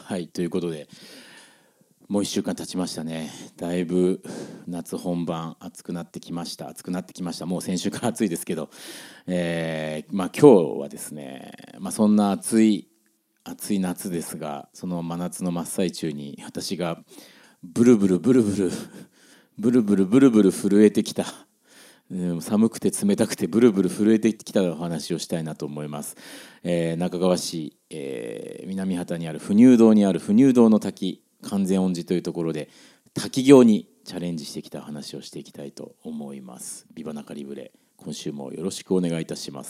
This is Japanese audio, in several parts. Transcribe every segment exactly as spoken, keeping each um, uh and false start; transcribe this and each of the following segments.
はい、ということでもういっしゅうかん経ちましたね。だいぶ夏本番暑くなってきました暑くなってきましたもう先週から暑いですけど、えーまあ、今日はですね、まあ、そんな暑い暑い夏ですが、その真夏の真っ最中に私がブルブルブルブルブルブルブルブル震えてきた、寒くて冷たくてブルブル震えてきたお話をしたいなと思います。えー、中川市、えー、南畑にある不入堂にある不入堂の滝完全恩寺というところで滝行にチャレンジしてきた話をしていきたいと思います。ビバナカリブレ、今週もよろしくお願いいたします。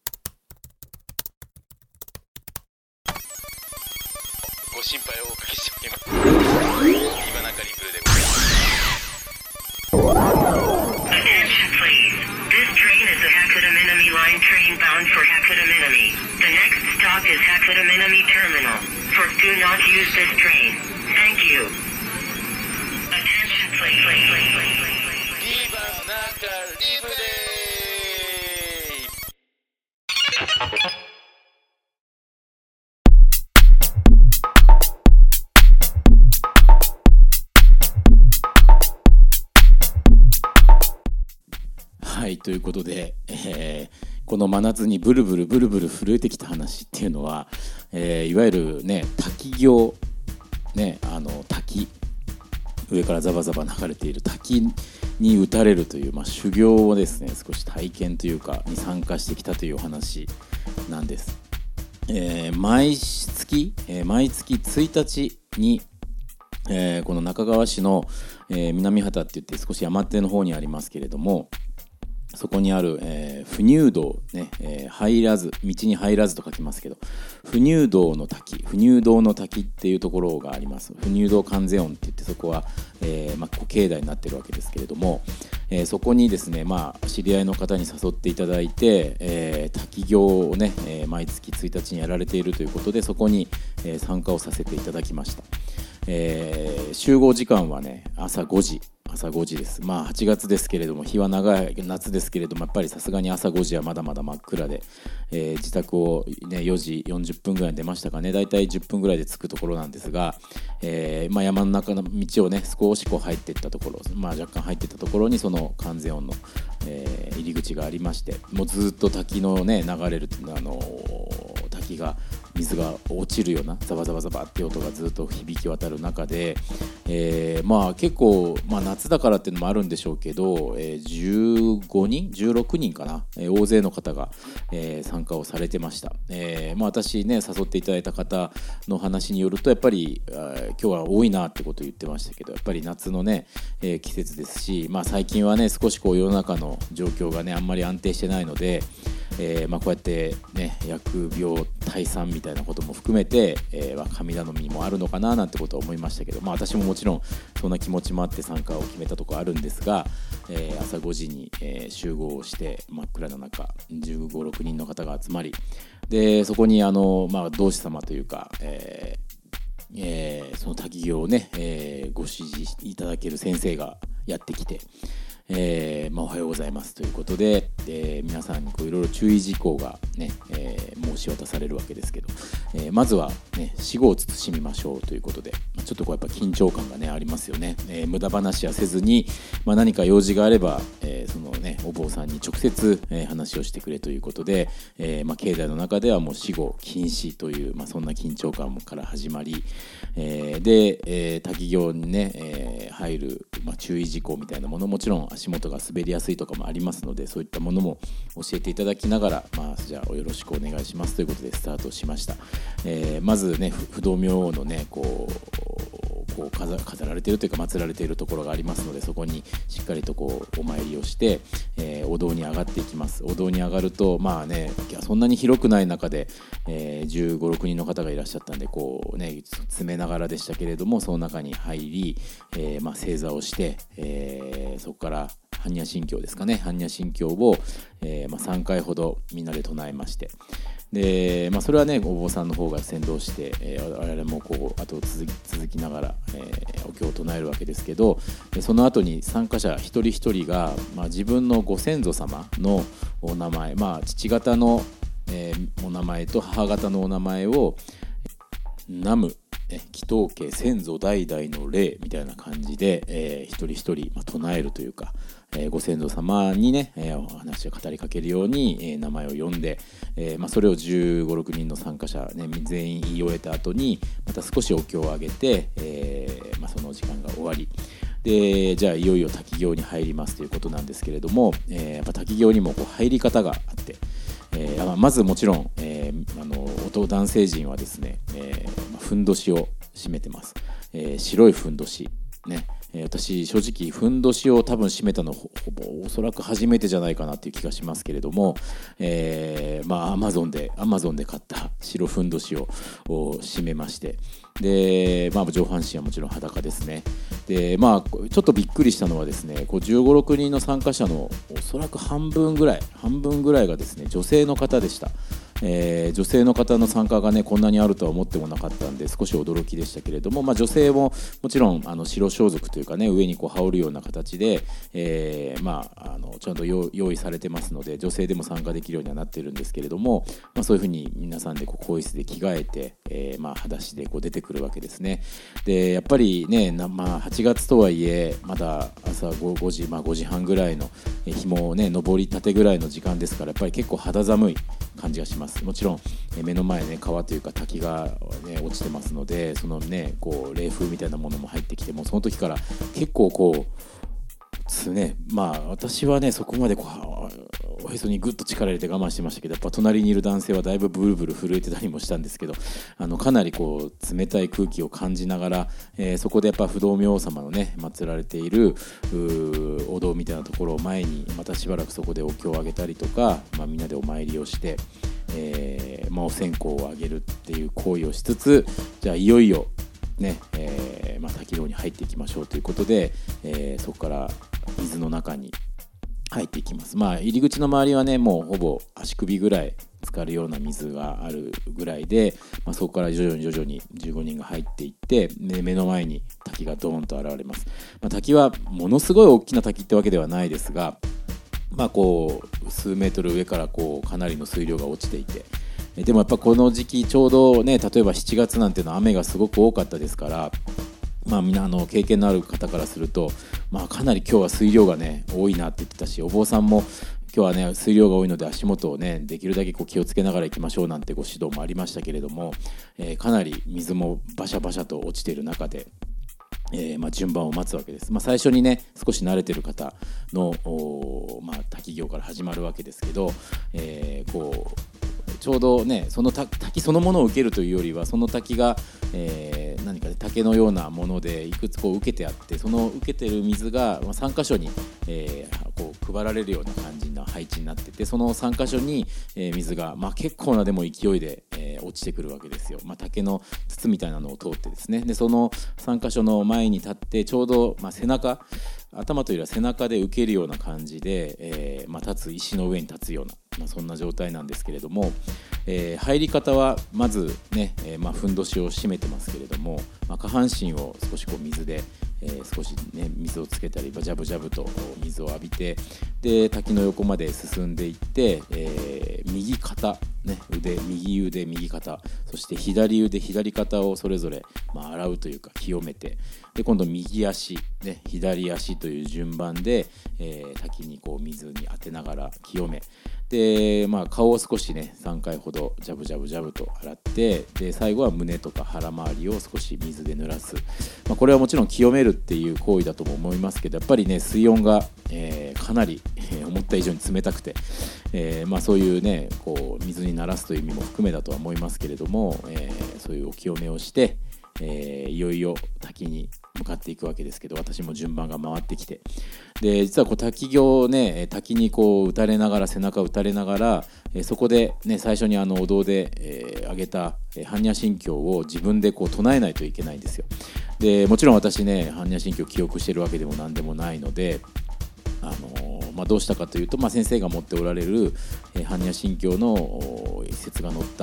ご心配をおかけしております。ビバナカリブレでございます。 Attention please. This train is a Hakuto Minami Line train bound for Hakuto Minami. The next stop is Hakuto Minami Terminal. For do not use this train. Thank you. Attention please. ビバナカリブレ。 はい、ということで、えー、この真夏にブルブルブルブル震えてきた話っていうのは、えー、いわゆるね滝行、ね、あの滝上からザバザバ流れている滝に打たれるという、まあ、修行をですね少し体験というかに参加してきたというお話なんです。えー、毎月、えー、毎月ついたちに、えー、この中川市の、えー、南畑っていって少し山手の方にありますけれども、そこにある、えー、不入道、ねえー、入らず道に入らずと書きますけど、不入道の滝不入道の滝っていうところがあります。不入道観世音って言って、そこは、えーまあ、境内になってるわけですけれども、えー、そこにですね、まあ、知り合いの方に誘っていただいて、えー、滝行をね、えー、毎月ついたちにやられているということで、そこに、えー、参加をさせていただきました。えー、集合時間はね朝ごじ朝ごじです。まあはちがつですけれども、日は長い夏ですけれども、やっぱりさすがに朝ごじはまだまだ真っ暗で、えー、自宅を、ね、よじよんじゅっぷんぐらいに出ましたかね。だいたいじゅっぷんぐらいで着くところなんですが、えーまあ、山の中の道をね少しこう入っていったところ、まあ、若干入っていったところにその観世音の、えー、入り口がありまして、もうずっと滝のね流れる、あのー、滝が水が落ちるようなザバザバザバって音がずっと響き渡る中で、えー、まあ結構、まあ、夏だからっていうのもあるんでしょうけど、えー、じゅうごにんじゅうろくにんかな、えー、大勢の方が、えー、参加をされてました。えーまあ、私ね誘っていただいた方の話によると、やっぱり今日は多いなってことを言ってましたけど、やっぱり夏のね、えー、季節ですし、まあ、最近はね少しこう世の中の状況がねあんまり安定してないので、えーまあ、こうやってね疫病退散みたいなことも含めて、えー、神頼みもあるのかななんてことは思いましたけど、まあ、私ももちろんそんな気持ちもあって参加を決めたところあるんですが、えー、朝ごじに、えー、集合して真っ暗な中じゅうご、ろくにんの方が集まり、でそこにあの、まあ、同志様というか、えーえー、その滝行をね、えー、ご指示いただける先生がやってきて、えーまあ、おはようございますということで、えー、皆さんにこういろいろ注意事項が、ねえー、申し渡されるわけですけど、えー、まずは、ね、死後を慎みましょうということで、ちょっとこうやっぱ緊張感が、ね、ありますよね。えー、無駄話はせずに、まあ、何か用事があれば、えーそのね、お坊さんに直接、えー、話をしてくれということで、えーまあ、境内の中ではもう死後禁止という、まあ、そんな緊張感から始まり、えー、で、えー、滝行に、ねえー、入る、まあ、注意事項みたいなもの、もちろん足元が滑りやすいとかもありますので、そういったものも教えていただきながら、まあ、じゃあよろしくお願いしますということでスタートしました。えー、まずね不動明王のねこうこう 飾, 飾られているというか祀られているところがありますので、そこにしっかりとこうお参りをして、えー、お堂に上がっていきます。お堂に上がると、まあねそんなに広くない中で、えー、じゅうご、ろくにんの方がいらっしゃったんで、こうね詰めながらでしたけれども、その中に入り、えーまあ、正座をして、えー、そこから般若心経ですかね、般若心経を、えーまあ、さんかいほどみんなで唱えまして、で、まあ、それはねお坊さんの方が先導して、えー、我々もこう後を続き、続きながら、えー、お経を唱えるわけですけど、その後に参加者一人一人が、まあ、自分のご先祖様のお名前、まあ、父方の、えー、お名前と母方のお名前を南無ね、祈祷家先祖代々の霊みたいな感じで、えー、一人一人、まあ、唱えるというか、えー、ご先祖様にね、えー、お話を語りかけるように、えー、名前を呼んで、えーまあ、それをじゅうご、ろくにんの参加者、ね、全員言い終えた後にまた少しお経をあげて、えーまあ、その時間が終わりで、じゃあいよいよ滝行に入りますということなんですけれども、えー、やっぱ滝行にもこう入り方があって、えー、まずもちろん、えー、あの男性陣はですね、えーまあ、ふんどしを締めてます、えー、白いふんどしね、えー、私正直ふんどしを多分締めたのほぼおそらく初めてじゃないかなっていう気がしますけれども、えー、まあアマゾンでアマゾンで買った白ふんどしを締めまして、で、まあ、上半身はもちろん裸ですね。で、まあ、ちょっとびっくりしたのはですね、こうじゅうご、ろくにんの参加者のおそらく半分ぐらい半分ぐらいがですね女性の方でした。えー、女性の方の参加がねこんなにあるとは思ってもなかったんで少し驚きでしたけれども、まあ、女性ももちろんあの白装束というかね上にこう羽織るような形で、えーまあ、あのちゃんと用意されてますので女性でも参加できるようにはなっているんですけれども、まあ、そういうふうに皆さんでこう更衣室で着替えて、えーまあ、裸足でこう出てくるわけですね。でやっぱりねな、まあ、はちがつとはいえまだ朝 5, 5時、まあ、ごじはんぐらいの日もね昇りたてぐらいの時間ですからやっぱり結構肌寒い感じがします。もちろん目の前ね川というか滝が、ね、落ちてますのでそのねこう冷風みたいなものも入ってきてもその時から結構こうつねまあ私はねそこまでこうおへそにグッと力入れて我慢してましたけどやっぱ隣にいる男性はだいぶブルブル震えてたりもしたんですけどあのかなりこう冷たい空気を感じながら、えー、そこでやっぱ不動明王様のね祀られているお堂みたいなところを前にまたしばらくそこでお経をあげたりとか、まあ、みんなでお参りをしてえーまあ、お線香をあげるっていう行為をしつつじゃあいよいよね、えーまあ、滝行に入っていきましょうということで、えー、そこから水の中に入っていきます。まあ入り口の周りはねもうほぼ足首ぐらい浸かるような水があるぐらいで、まあ、そこから徐々に徐々にじゅうごにんが入っていって、ね、目の前に滝がドーンと現れます。まあ、滝はものすごい大きな滝ってわけではないですがまあ、こう数メートル上からこうかなりの水量が落ちていてでもやっぱこの時期ちょうどね例えばしちがつなんていうのは雨がすごく多かったですから、まあ、みんなあの経験のある方からすると、まあ、かなり今日は水量がね多いなって言ってたしお坊さんも今日はね水量が多いので足元をねできるだけこう気をつけながら行きましょうなんてご指導もありましたけれども、えー、かなり水もバシャバシャと落ちている中でえーまあ、順番を待つわけです。まあ、最初にね少し慣れてる方の、まあ、滝行から始まるわけですけど、えー、こうちょうどねその滝そのものを受けるというよりはその滝が、えー、何か、ね、竹のようなものでいくつこう受けてあってその受けてる水がさん箇所に、えー、こう配られるような感じの配置になっててそのさん箇所に、えー、水が、まあ、結構なでも勢いで、えー、落ちてくるわけですよ。まあ、竹の筒みたいなのを通ってですねでそのさん箇所の前に立ってちょうど、まあ、背中頭というよりは背中で受けるような感じで、えーまあ、立つ石の上に立つような、まあ、そんな状態なんですけれども、えー、入り方はまずね、えーまあ、ふんどしを締めてますけれども、まあ、下半身を少しこう水で、えー、少し、ね、水をつけたりジャブジャブと水を浴びてで滝の横まで進んでいって、えー、右肩、ね、腕右腕右肩そして左腕左肩をそれぞれ、まあ、洗うというか清めてで今度右足、ね、左足という順番で、えー、滝にこう水に当てながら清めで、まあ、顔を少しねさんかいほどジャブジャブジャブと洗ってで最後は胸とか腹周りを少し水で濡らす、まあ、これはもちろん清めるっていう行為だとも思いますけどやっぱりね水温が、えー、かなり、えー、思った以上に冷たくて、えーまあ、そういうねこう水に慣らすという意味も含めだとは思いますけれども、えー、そういうお清めをしてえー、いよいよ滝に向かっていくわけですけど私も順番が回ってきてで実はこう滝行ね滝にこう打たれながら背中を打たれながら、えー、そこで、ね、最初にあのお堂で、えー、挙げた、えー、般若心経を自分でこう唱えないといけないんですよ。でもちろん私ね般若心経を記憶してるわけでも何でもないのであのーまあ、どうしたかというと、まあ、先生が持っておられる、えー、般若心経の一節が載った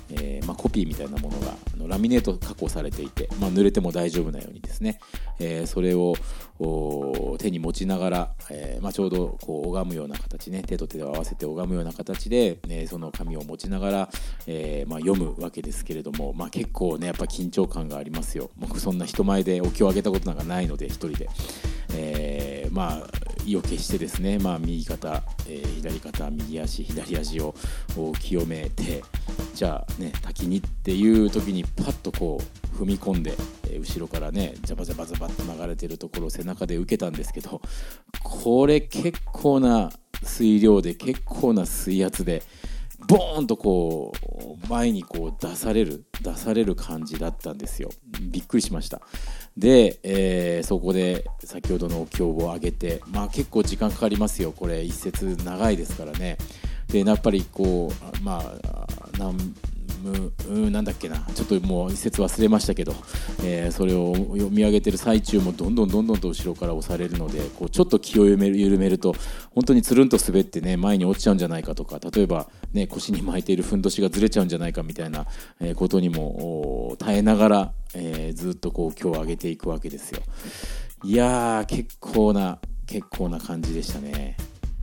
えーまあ、コピーみたいなものがあのラミネート加工されていて、まあ、濡れても大丈夫なようにですね、えー、それを手に持ちながら、えーまあ、ちょうどこう拝むような形ね、手と手を合わせて拝むような形で、えー、その紙を持ちながら、えーまあ、読むわけですけれども、まあ、結構ねやっぱ緊張感がありますよ。僕そんな人前でお経をあげたことなんかないので一人で、えー、まあ意を決してですね、まあ、右肩、えー、左肩、右足、左足を清めて、じゃあね滝にっていう時にパッとこう踏み込んで、えー、後ろからねジャバジャバジャバっと流れてるところを背中で受けたんですけど、これ結構な水量で結構な水圧でボーンとこう前にこう出される出される感じだったんですよ。びっくりしました。で、えー、そこで先ほどのお経を上げて、まあ結構時間かかりますよ。これ一節長いですからね。でやっぱりこうまあなんむうんなんだっけな、ちょっともう一節忘れましたけど、えー、それを読み上げてる最中もどんどんどんどんと後ろから押されるので、こうちょっと気を緩める、緩めると本当につるんと滑ってね前に落ちちゃうんじゃないかとか、例えばね腰に巻いているふんどしがずれちゃうんじゃないかみたいなことにも耐えながら、えー、ずっとこう今日上げていくわけですよ。いやー結構な結構な感じでしたね。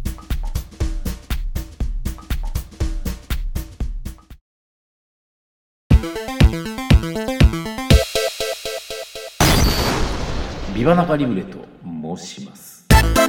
ビバナカリブレと申します。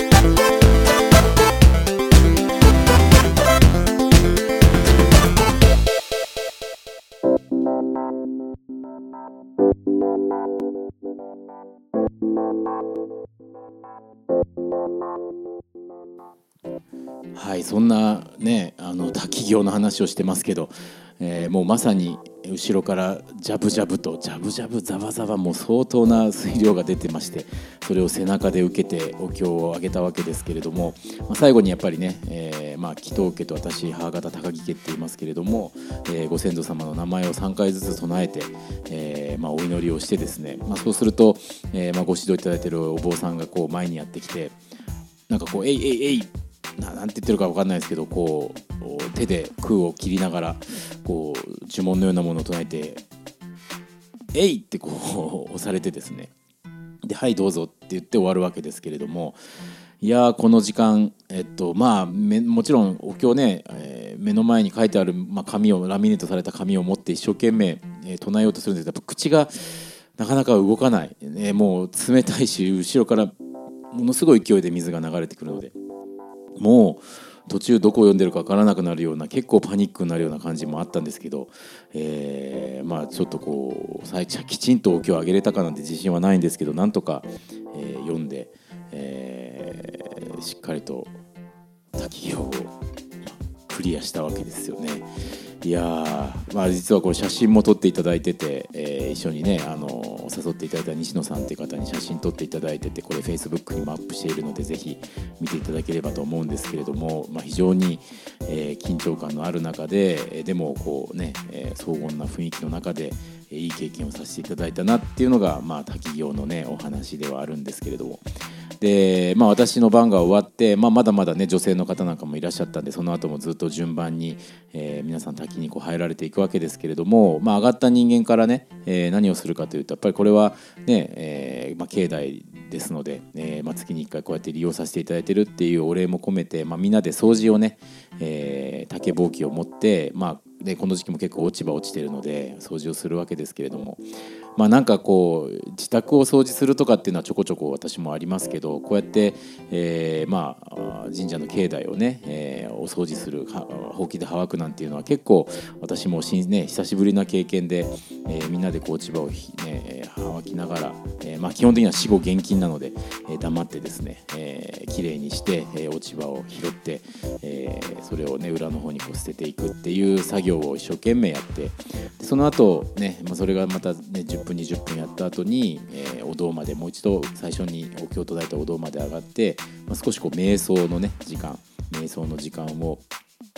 はい、そんなねあの滝行の話をしてますけど、えー、もうまさに後ろからジャブジャブとジャブジャブザバザバもう相当な水量が出てまして、それを背中で受けてお経をあげたわけですけれども、まあ、最後にやっぱりね、えー、まあ祈祷家と私母方高木家って言いますけれども、えー、ご先祖様の名前をさんかいずつ唱えて、えーまあ、お祈りをしてですね、まあ、そうすると、えーまあ、ご指導いただいているお坊さんがこう前にやってきて、なんかこうえいえいえいな, なんて言ってるか分かんないですけど、こう手で空を切りながらこう呪文のようなものを唱えてえいってこう押されてですね、ではいどうぞって言って終わるわけですけれども、いやーこの時間えっとまあもちろんお経ね、えー、目の前に書いてある、まあ、紙をラミネートされた紙を持って一生懸命、えー、唱えようとするんですけど、やっぱ口がなかなか動かない、えー、もう冷たいし後ろからものすごい勢いで水が流れてくるので、もう途中どこを読んでるか分からなくなるような結構パニックになるような感じもあったんですけど、えー、まあちょっとこう最初きちんとお経を上げれたかなんて自信はないんですけど、なんとか、えー、読んで、えー、しっかりと滝行をクリアしたわけですよね。いやー、まあ、実はこれ写真も撮っていただいてて、えー、一緒にねあの誘っていただいた西野さんという方に写真撮っていただいてて、これ Facebook にもアップしているのでぜひ見ていただければと思うんですけれども、まあ、非常に、えー、緊張感のある中ででもこうね、えー、荘厳な雰囲気の中でいい経験をさせていただいたなっていうのが、まあ、滝行のねお話ではあるんですけれども、で、まあ、私の番が終わって、まあ、まだまだね女性の方なんかもいらっしゃったんで、その後もずっと順番に、えー、皆さん滝にこう入られていくわけですけれども、まあ、上がった人間からね、えー、何をするかというと、やっぱりこれはね、えーまあ、境内ですので、えーまあ、月にいっかいこうやって利用させていただいてるっていうお礼も込めて、まあ、みんなで掃除をね、えー、竹ぼうきを持って、まあでこの時期も結構落ち葉落ちてるので掃除をするわけですけれども、まあなんかこう自宅を掃除するとかっていうのはちょこちょこ私もありますけど、こうやって、えー、まあ神社の境内をね、えー、お掃除するほうきではわくなんていうのは結構私もし、ね、久しぶりな経験で、えー、みんなでこう落ち葉を、ね、はわきながら、えーまあ、基本的には死後厳禁なので、えー、黙ってですね、えー、きれいにして、えー、落ち葉を拾って、えー、それをね裏の方にこう捨てていくっていう作業を一生懸命やって、でその後ね、まあ、それがまた、ね、じゅっぷんにじゅっぷんやった後に、えー、お堂までもう一度最初にお経を唱えたお堂まで上がって、まあ、少しこう瞑想のね時間瞑想の時間を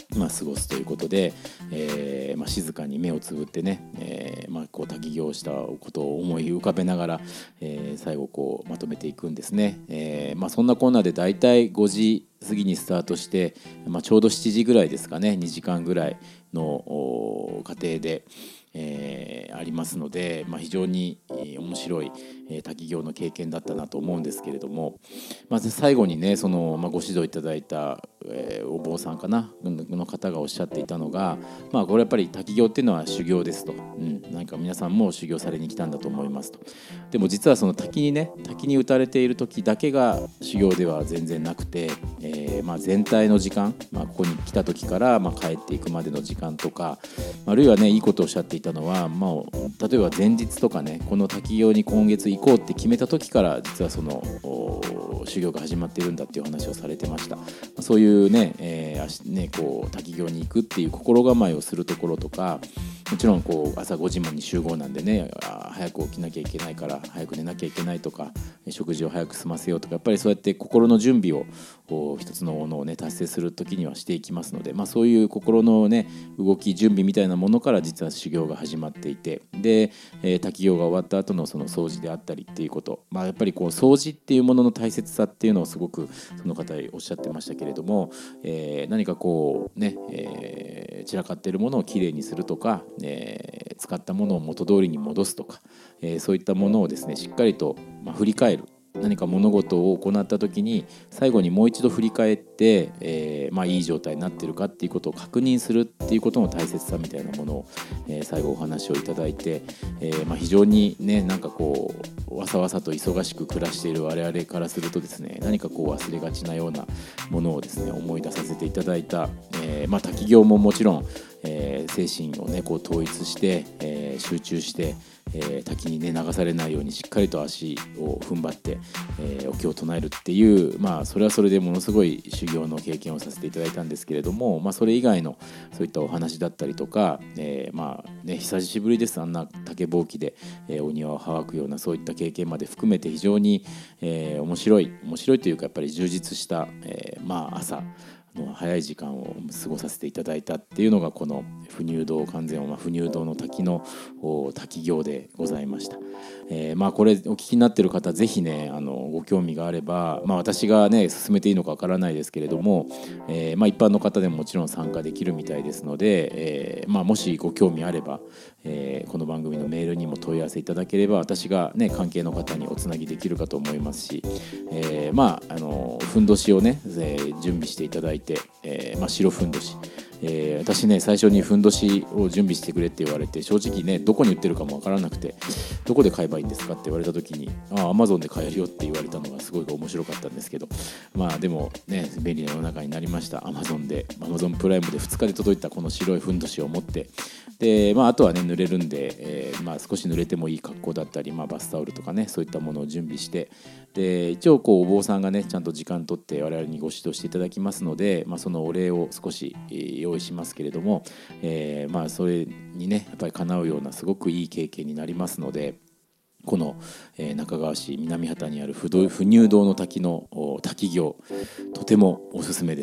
まあ、過ごすということで、えーまあ、静かに目をつぶってね、えーまあ、こう滝行したことを思い浮かべながら、えー、最後こうまとめていくんですね。えーまあ、そんなこんなでだいたいごじ過ぎにスタートして、まあ、ちょうどしちじぐらいですかね、にじかんぐらいの過程で、えー、ありますので、まあ、非常に面白い、えー、滝行の経験だったなと思うんですけれども、まず最後にねその、まあ、ご指導いただいた、えー、お坊さんかなの方がおっしゃっていたのが、まあ、これやっぱり滝行っていうのは修行ですと、うん、なんか皆さんも修行されに来たんだと思いますと。でも実はその滝にね滝に打たれている時だけが修行では全然なくて、えーまあ、全体の時間、まあ、ここに来た時から、まあ、帰っていくまでの時間とか、あるいはねいいことをおっしゃっていたのは、まあ、例えば前日とかねこの滝行に今月行こうって決めた時から実はその修行が始まっているんだっていう話をされてました。そういうね、えーねこう滝行に行くっていう心構えをするところとか、もちろんこう朝ごじに集合なんでね早く起きなきゃいけないから早く寝なきゃいけないとか、食事を早く済ませようとか、やっぱりそうやって心の準備をこう一つのものをね達成する時にはしていきますので、まあ、そういう心のね動き準備みたいなものから実は修行が始まっていて、で、えー、滝行が終わった後のその掃除であったりっていうこと、まあ、やっぱりこう掃除っていうものの大切さっていうのをすごくその方おっしゃってましたけれども、えー、何かこうね、えー、散らかっているものをきれいにするとか、えー、使ったものを元通りに戻すとか、えー、そういったものをですねしっかりと、まあ、振り返る。何か物事を行った時に最後にもう一度振り返って、えーまあ、いい状態になっているかっていうことを確認するっていうことの大切さみたいなものを、えー、最後お話をいただいて、えーまあ、非常にねなんかこうわさわさと忙しく暮らしている我々からするとですね、何かこう忘れがちなようなものをですね思い出させていただいた、えーまあ、滝行ももちろん、えー、精神をねこう統一して、えー、集中してえー、滝にね流されないようにしっかりと足を踏ん張って、えー、お経を唱えるっていう、まあそれはそれでものすごい修行の経験をさせていただいたんですけれども、まあそれ以外のそういったお話だったりとか、えー、まあね久しぶりですあんな竹ぼうきで、えー、お庭をはわくようなそういった経験まで含めて非常に、えー、面白い面白いというかやっぱり充実した、えー、まあ朝の早い時間を過ごさせていただいたっていうのがこの不入道完全は不入道の滝の滝行でございました。えー、まあこれお聞きになっている方ぜひねあのご興味があれば、まあ、私がね進めていいのかわからないですけれども、えーまあ、一般の方でももちろん参加できるみたいですので、えーまあ、もしご興味あれば、えー、この番組のメールにも問い合わせいただければ私がね関係の方におつなぎできるかと思いますし、えー、まああのふんどしをね、えー、準備していただいて、えーまあ、白ふんどし、えー、私ね最初にふんどしを準備してくれって言われて正直ねどこに売ってるかもわからなくてどこで買えばいいんですかって言われた時にああ Amazon で買えるよって言われたのがすごい面白かったんですけど、まあでもね便利な世の中になりました。 Amazon で Amazon プライムでふつかで届いたこの白いふんどしを持ってで、まあ、あとはね濡れるんで、えーまあ、少し濡れてもいい格好だったり、まあ、バスタオルとかねそういったものを準備してで一応こうお坊さんがねちゃんと時間取って我々にご指導していただきますので、まあ、そのお礼を少し、えー、用意しますけれども、えーまあ、それにねやっぱりかなうようなすごくいい経験になりますのでこの、えー、中川市南畑にある不動不入道の滝の滝行とてもおすすめです。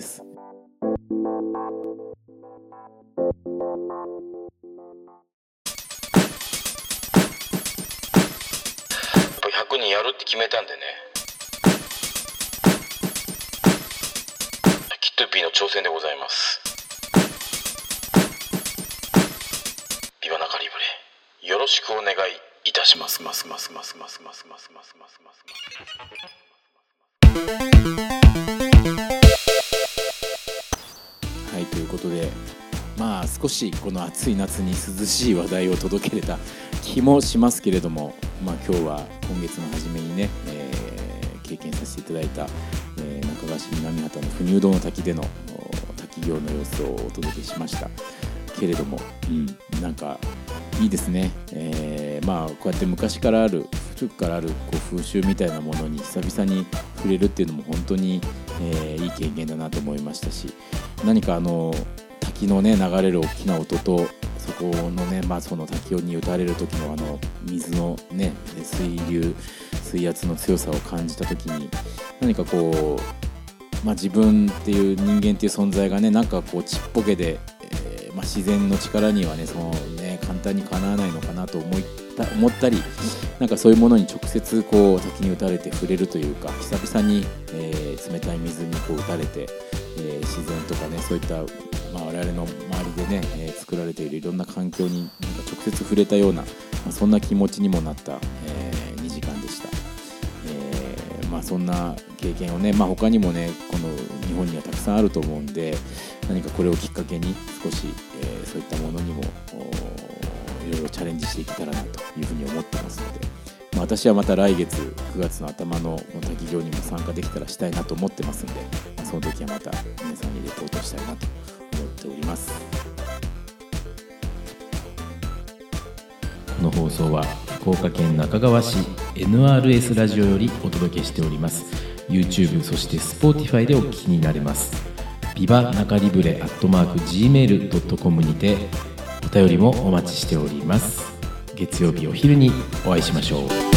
ひゃくにんやるって決めたんでね、キットピーの挑戦でございます。ビバナカリブレよろしくお願いいたしますますますますますますますますますますはいということでまあ少しこの暑い夏に涼しい話題を届けれた気もしますけれども、まあ、今日は今月の初めにね、えー、経験させていただいた、えー、中川市南畑の不入道の滝での滝行の様子をお届けしましたけれども、うん、なんかいいですね、えー、まあこうやって昔からある古くからあるこう風習みたいなものに久々に触れるっていうのも本当に、えー、いい経験だなと思いましたし、何かあの滝のね流れる大きな音とそこのね、まあ、その滝に打たれる時のあの水のね水流水圧の強さを感じた時に何かこうまあ、自分っていう人間っていう存在がねなんかこうちっぽけで、えーまあ、自然の力にはねそのね簡単にかなわないのかなと思った思ったりなんかそういうものに直接こう滝に打たれて触れるというか久々に、えー、冷たい水にこう打たれて、えー、自然とかねそういった、まあ、我々の周りでね、えー、作られているいろんな環境になんか直接触れたような、まあ、そんな気持ちにもなった、えー、にじかんでした。えーまあ、そんな経験をね、まあ、他にもねこの日本にはたくさんあると思うんで何かこれをきっかけに少し、えー、そういったものにもいろいろチャレンジしていけたらなというふうに思ってますので、まあ、私はまた来月くがつの頭の滝行にも参加できたらしたいなと思ってますので、まあ、その時はまた皆さんにレポートしたいなと思っております。 この放送は福岡県那珂川市 エヌアールエス ラジオよりお届けしております。 YouTube そして Spotify でお聞きになれます。ビバナカリブレアットマーク ジーメールドットコム にてお便りもお待ちしております。月曜日お昼にお会いしましょう。